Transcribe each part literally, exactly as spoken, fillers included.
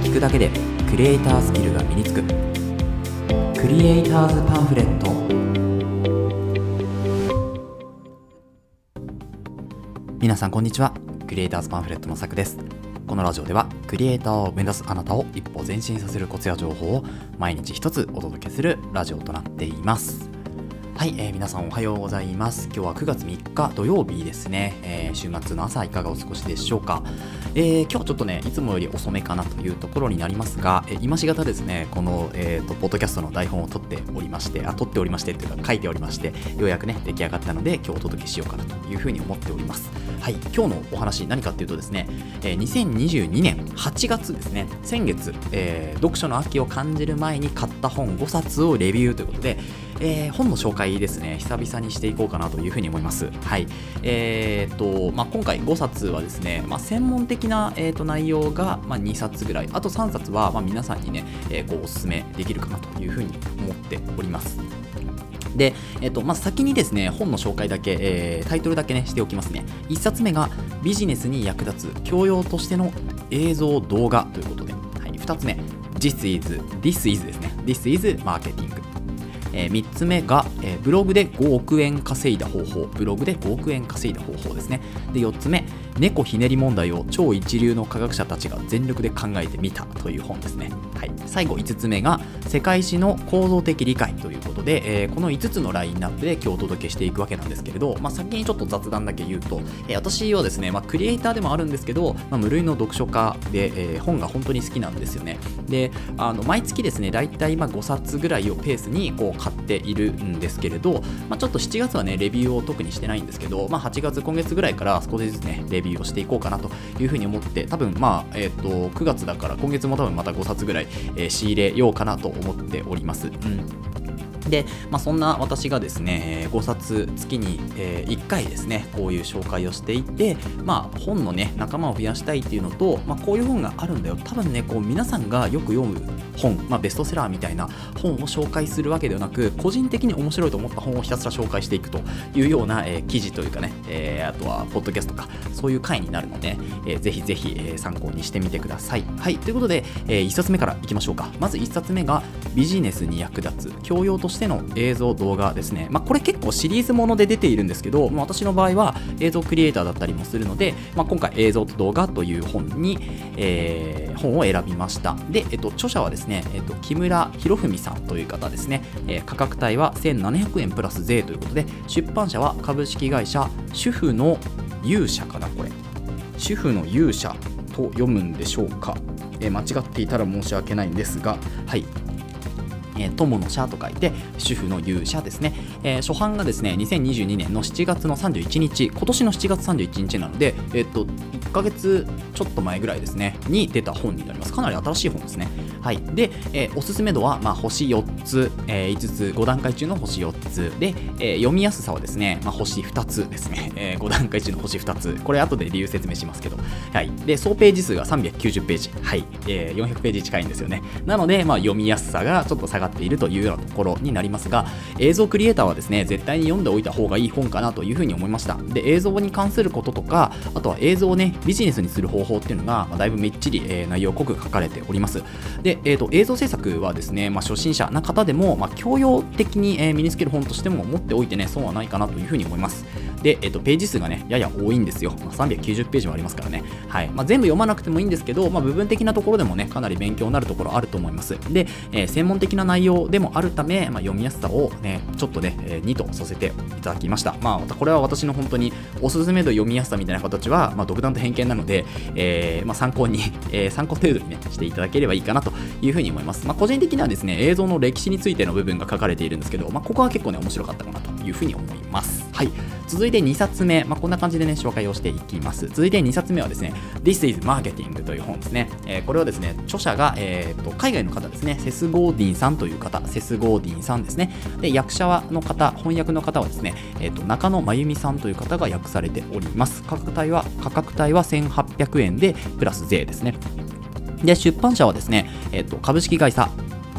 聞くだけでクリエイタースキルが身につくクリエイターズパンフレット。皆さんこんにちは。クリエイターズパンフレットのさくです。このラジオではクリエイターを目指すあなたを一歩前進させるコツや情報を毎日一つお届けするラジオとなっています。はい、えー、皆さんおはようございます。今日はくがつみっか土曜日ですね、えー、週末の朝いかがお過ごしでしょうか。えー、今日はちょっとねいつもより遅めかなというところになりますが、えー、今しがたですねこの、えーと、ポッドキャストの台本を取っておりましてあ取っておりましてというか書いておりまして、ようやくね出来上がったので今日お届けしようかなというふうに思っております。はい、今日のお話何かっていうとですね、えー、にせんにじゅうにねんはちがつですね、先月、えー、読書の秋を感じる前に買った本ごさつをレビューということで、えー、本の紹介ですね久々にしていこうかなというふうに思います。はい、えーとまあ、今回ごさつはですね、まあ、専門的な、えー、と内容が、まあ、にさつぐらい、あとさんさつは、まあ、皆さんにね、えー、こうおすすめできるかなというふうに思っております。で、えっと、まず先にですね、本の紹介だけ、えー、タイトルだけね、しておきますね。いっさつめがビジネスに役立つ教養としての映像動画ということで、はい、ふたつめ、This is, This is ですね。This is Marketing。えー、みっつめが、えー、ブログでごおくえん稼いだ方法。ブログでごおくえん稼いだ方法ですね。で、よっつめ、猫ひねり問題を超一流の科学者たちが全力で考えてみたという本ですね。はい、最後いつつめが世界史の構造的理解ということで、えー、このいつつのラインナップで今日お届けしていくわけなんですけれど、まあ、先にちょっと雑談だけ言うと、えー、私はですね、まあ、クリエイターでもあるんですけど、まあ、無類の読書家で、えー、本が本当に好きなんですよね。で、あの毎月ですねだいたいまあごさつぐらいをペースにこう買っているんですけれど、まあ、ちょっとしちがつはねレビューを特にしてないんですけど、まあ、はちがつ今月ぐらいから少しずつねレビューをしていこうかなというふうに思って、多分まあ、えー、とくがつだから今月も多分またごさつぐらい、えー、仕入れようかなと思っております。うんで、まあ、そんな私がですねごさつ月にいっかいですねこういう紹介をしていて、まあ、本のね仲間を増やしたいっていうのと、まあ、こういう本があるんだよ、多分ねこう皆さんがよく読む本、まあ、ベストセラーみたいな本を紹介するわけではなく、個人的に面白いと思った本をひたすら紹介していくというような、えー、記事というかね、えー、あとはポッドキャストとかそういう回になるので、えー、ぜひぜひ、えー、参考にしてみてください。はい、ということで、えー、いっさつめからいきましょうか。まずいっさつめがビジネスに役立つ教養としての映像動画ですね。まあ、これ結構シリーズもので出ているんですけど、まあ、私の場合は映像クリエイターだったりもするので、まあ、今回映像と動画という本に、えー、本を選びました。で、えっと、著者はですね、えっと、木村博文さんという方ですね。えー、価格帯はせんななひゃくえんプラス税ということで、出版社は株式会社主婦の勇者かな、これ主婦の勇者と読むんでしょうか。えー、間違っていたら申し訳ないんですが、はい、えー、友の社と書いて主婦の勇者ですね。えー、初版がですねにせんにじゅうにねんのしちがつのさんじゅういちにち、今年のしちがつさんじゅういちにちなので、えー、っといっかげつちょっと前ぐらいですねに出た本になります。かなり新しい本ですね。はい、で、えー、おすすめ度は、まあ、星よっつ、えー、いつつごだんかい中の星よっつで、えー、読みやすさはですね、まあ、星ふたつですね、えー、ごだんかい中の星ふたつ、これ後で理由説明しますけど、はい、で総ページ数がさんびゃくきゅうじゅうページ、はい、えー、よんひゃくページ近いんですよね。なので、まあ、読みやすさがちょっと下がっているというようなところになりますが、映像クリエイターはですね絶対に読んでおいた方がいい本かなというふうに思いました。で、映像に関することとか、あとは映像をねビジネスにする方法っていうのが、まあ、だいぶめっちり、えー、内容濃く書かれております。で、えーと、映像制作はですね、まあ、初心者な方でも、まあ、教養的に、えー、身につける本としても持っておいてね損はないかなというふうに思います。で、えーと、ページ数がねやや多いんですよ。まあ、さんびゃくきゅうじゅうページもありますからね。はい、まあ、全部読まなくてもいいんですけど、まあ、部分的なところでもねかなり勉強になるところあると思います。で、えー、専門的な内容でもあるため、まあ、読みやすさをねちょっとね、えー、にとさせていただきました。まあこれは私の本当におすすめ度読みやすさみたいな形は、まあ、独断と偏見なので、えーまあ、参考に、えー、参考程度にねしていただければいいかなというふうに思います。まあ、個人的にはですね映像の歴史についての部分が書かれているんですけど、まあ、ここは結構ね面白かったかなというふうに思います。はい、続いてにさつめ、まあ、こんな感じでね紹介をしていきます。続いてにさつめはですね This is Marketing という本ですね。えー、これはですね著者が、えー、と海外の方ですね、セス・ゴーディンさんという方、セス・ゴーディンさんですね。で、役者の方、翻訳の方はですね、えー、と中野真由美さんという方が訳されております。価格帯は価格帯はせんはっぴゃくえんでプラス税ですね。で、出版社はですね、えー、と株式会社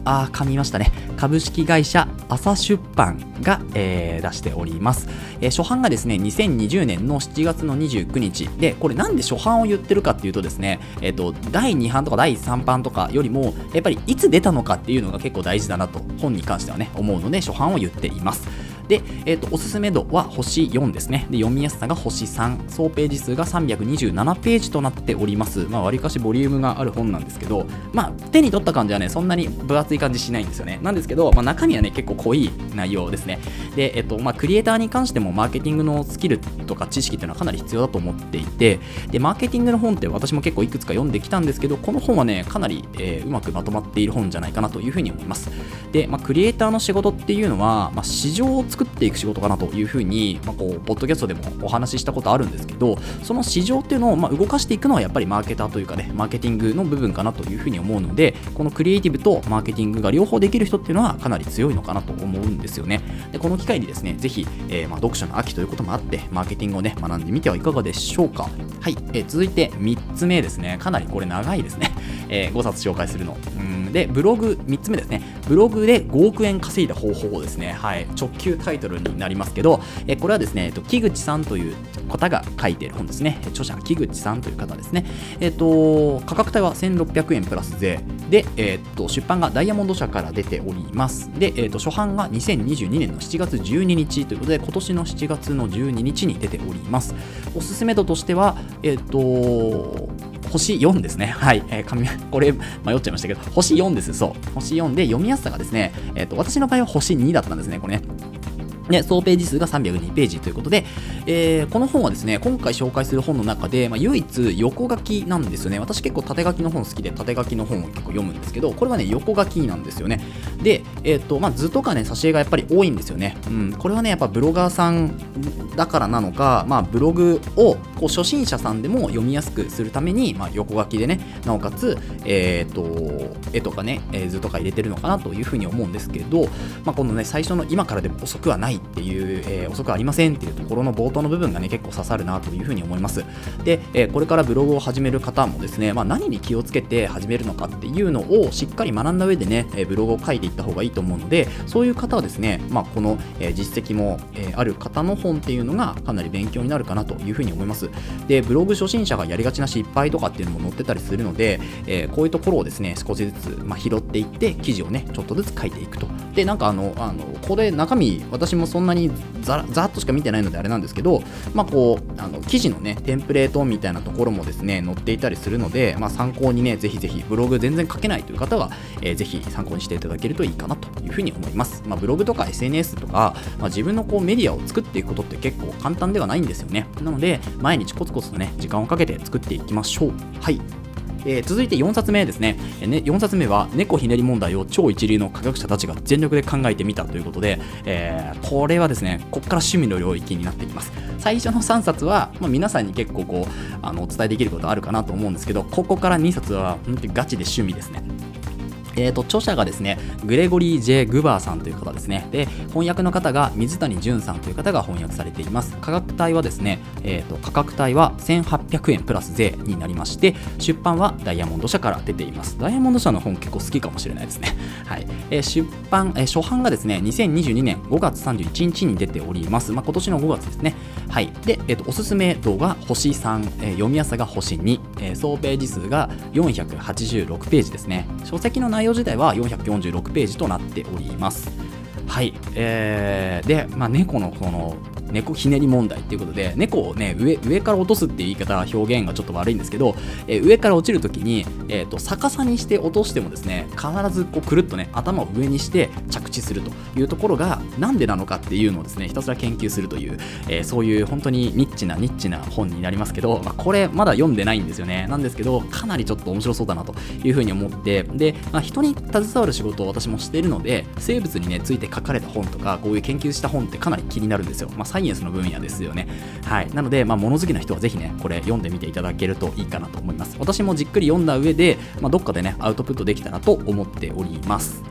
あー噛みましたね、株式会社朝出版が、えー出しております。えー初版がですねにせんにじゅうねんのしちがつのにじゅうくにちで、これなんで初版を言ってるかっていうとですね、えっとだいに版とかだいさん版とかよりもやっぱりいつ出たのかっていうのが結構大事だなと本に関してはね思うので初版を言っています。で、えーと、おすすめ度は星よんですね。で、読みやすさが星さん、総ページ数がさんびゃくにじゅうななページとなっております。まあ、わりかしボリュームがある本なんですけど、まあ、手に取った感じはね、そんなに分厚い感じしないんですよね。なんですけど、まあ、中身はね、結構濃い内容ですね。で、えっと、まあ、クリエイターに関してもマーケティングのスキルとか知識っていうのはかなり必要だと思っていて、で、マーケティングの本って私も結構いくつか読んできたんですけど、この本はね、かなり、えーうまくまとまっている本じゃないかなというふうに思います。で、まあ、クリエイターの仕事っていうのは、まあ、市場を作っていく仕事かなというふうに、まあ、こうポッドキャストでもお話ししたことあるんですけど、その市場っていうのをまあ動かしていくのはやっぱりマーケターというかね、マーケティングの部分かなというふうに思うので、このクリエイティブとマーケティングが両方できる人っていうのはかなり強いのかなと思うんですよね。でこの機会にですね、ぜひ、えー、まあ読書の秋ということもあってマーケティングをね学んでみてはいかがでしょうか。はい、えー、続いてみっつめですね。かなりこれ長いですね、えー、ごさつ紹介するの。うんでブログみっつめですね。ブログでごおくえん稼いだ方法をですね、はい、直球タイトルになりますけど、えー、これはですね、えっと、木口さんという方が書いている本ですね。著者木口さんという方ですね。えっと価格帯はせんろっぴゃくえんプラス税で、えっと出版がダイヤモンド社から出ております。で、えっと初版がにせんにじゅうにねんのしちがつじゅうににちということで、今年のしちがつのじゅうににちに出ております。おすすめ度としては、えっと星よんですね。はい、えー、これ迷っちゃいましたけど、星よんです。そう、星よんで読みやすさがですね、えっと私の場合は星にだったんですね、これね。で、総ページ数がさんびゃくにページということで、えー、この本はですね、今回紹介する本の中で、まあ、唯一横書きなんですよね。私結構縦書きの本好きで、縦書きの本を結構読むんですけど、これはね、横書きなんですよね。で、えっと、まあ、図とかね、挿絵がやっぱり多いんですよね。うん、これはね、やっぱブロガーさんだからなのか、まあ、ブログをこう初心者さんでも読みやすくするために、まあ、横書きでね、なおかつ、えっと、絵とかね、図とか入れてるのかなというふうに思うんですけど、まあ、このね、最初の今からでも遅くはないっていう、えー、遅くありませんっていうところの冒頭の部分がね結構刺さるなというふうに思います。で、えー、これからブログを始める方もですね、まあ、何に気をつけて始めるのかっていうのをしっかり学んだ上でね、えー、ブログを書いていった方がいいと思うので、そういう方はですね、まあ、この、えー、実績も、えー、ある方の本っていうのがかなり勉強になるかなというふうに思います。で、ブログ初心者がやりがちな失敗とかっていうのも載ってたりするので、えー、こういうところをですね少しずつ、まあ、拾っていって記事をねちょっとずつ書いていくと。で、なんかあのあのこれ中身私もそんなにざざっとしか見てないのであれなんですけど、まあこうあの記事のねテンプレートみたいなところもですね載っていたりするので、まあ、参考にねぜひぜひブログ全然書けないという方は、えー、ぜひ参考にしていただけるといいかなというふうに思います。まあ、ブログとか エスエヌエス とか、まあ、自分のこうメディアを作っていくことって結構簡単ではないんですよね。なので毎日コツコツとね時間をかけて作っていきましょう。はい。えー、続いてよんさつめですね。えー、ねよんさつめは猫ひねり問題を超一流の科学者たちが全力で考えてみたということで、えー、これはですねここから趣味の領域になってきます。最初のさんさつは、まあ、皆さんに結構こうあのお伝えできることあるかなと思うんですけど、ここからにさつは本当にガチで趣味ですね。えーと、著者がですね、グレゴリー・ジェ・グバーさんという方ですね。で、翻訳の方が水谷隼さんという方が翻訳されています。価格帯はですね、えーと、価格帯はせんはっぴゃくえんプラス税になりまして、出版はダイヤモンド社から出ています。ダイヤモンド社の本結構好きかもしれないですね。はい。えー、出版、えー、初版がですね、にせんにじゅうにねんごがつさんじゅういちにちに出ております。まあ、今年のごがつですね。はい。で、えーと、おすすめ度が星さん、えー、読みやすさが星に、えー、総ページ数がよんひゃくはちじゅうろくページですね。書籍の内容自体はよんひゃくよんじゅうろくページとなっております。はい、えー、で、まあ、猫のこの猫ひねり問題っていうことで、猫をね 上, 上から落とすっていう言い方表現がちょっと悪いんですけど、えー、上から落ちるときに、えー、と逆さにして落としてもですね必ずこうくるっとね頭を上にして着地するというところがなんでなのかっていうのをですねひたすら研究するという、えー、そういう本当にニッチなニッチな本になりますけど、まあ、これまだ読んでないんですよね。なんですけどかなりちょっと面白そうだなというふうに思って、で、まあ、人に携わる仕事を私もしているので、生物にねついて書かれた本とかこういう研究した本ってかなり気になるんですよ。まあ、サイエンスの分野ですよね。はい。なので、まあ、物好きな人はぜひねこれ読んでみていただけるといいかなと思います。私もじっくり読んだ上で、まあ、どっかでねアウトプットできたらと思っております。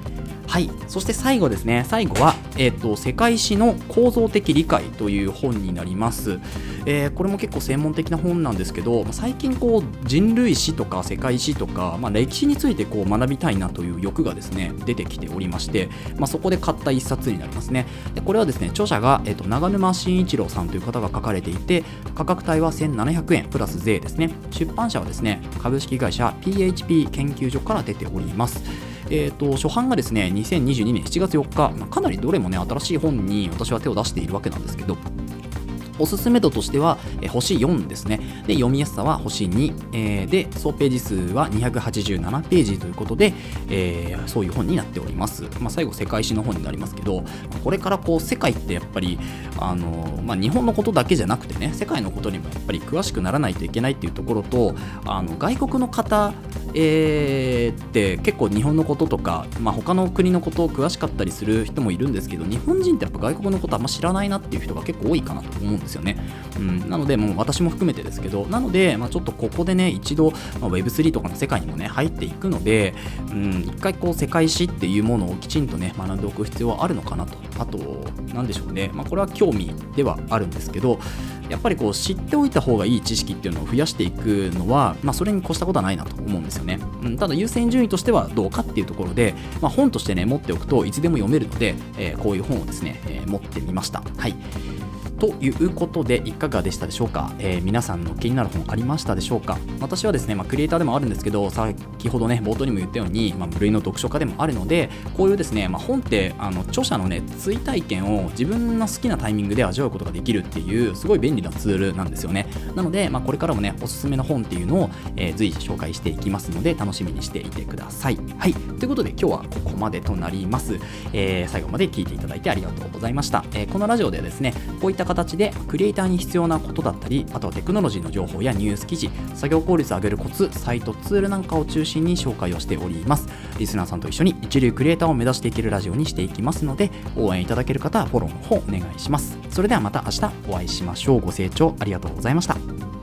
はい、そして最後ですね、最後は、えーと、世界史の構造的理解という本になります。えー、これも結構専門的な本なんですけど、最近こう人類史とか世界史とか、まあ、歴史についてこう学びたいなという欲がですね出てきておりまして、まあ、そこで買った一冊になりますね。でこれはですね、著者が、えーと、長沼真一郎さんという方が書かれていて、価格帯はせんななひゃくえんプラス税ですね。出版社はですね、株式会社 ピーエイチピー 研究所から出ております。えーと、初版がですねにせんにじゅうにねんしちがつよっか、まあ、かなりどれもね新しい本に私は手を出しているわけなんですけど、おすすめ度としては、えー、星よんですね。で読みやすさは星に、えー、で総ページ数はにひゃくはちじゅうななページということで、えー、そういう本になっております。まあ、最後世界史の本になりますけど、これからこう世界ってやっぱりあの、まあ、日本のことだけじゃなくてね、世界のことにもやっぱり詳しくならないといけないっていうところと、あの外国の方えー、って結構日本のこととか、まあ、他の国のことを詳しかったりする人もいるんですけど、日本人ってやっぱ外国のことあんま知らないなっていう人が結構多いかなと思うんですよね。うん、なのでもう私も含めてですけど、なので、まあ、ちょっとここでね一度、まあ、ウェブスリー とかの世界にもね入っていくので、うん、一回こう世界史っていうものをきちんとね学んでおく必要はあるのかなと。あとなんでしょうね、まあ、これは興味ではあるんですけど、やっぱりこう知っておいた方がいい知識っていうのを増やしていくのは、まあ、それに越したことはないなと思うんですよね。うん、ただ優先順位としてはどうかっていうところで、まあ、本としてね持っておくといつでも読めるので、えー、こういう本をですね、えー、持ってみました。はい、ということでいかがでしたでしょうか。えー、皆さんの気になる本ありましたでしょうか。私はですね、まあ、クリエイターでもあるんですけど、先ほどね冒頭にも言ったように、まあ、無類の読書家でもあるので、こういうですね、まあ、本ってあの著者のね追体験を自分の好きなタイミングで味わうことができるっていうすごい便利なツールなんですよね。なので、まあ、これからもねおすすめの本っていうのを、えー、随時紹介していきますので楽しみにしていてください。はい、ということで今日はここまでとなります。えー、最後まで聞いていただいてありがとうございました。えー、このラジオではですね、こういった形でクリエイターに必要なことだったり、あとはテクノロジーの情報やニュース記事、作業効率を上げるコツ、サイトツールなんかを中心に紹介をしております。リスナーさんと一緒に一流クリエイターを目指していけるラジオにしていきますので、応援いただける方はフォローの方お願いします。それではまた明日お会いしましょう。ご清聴ありがとうございました。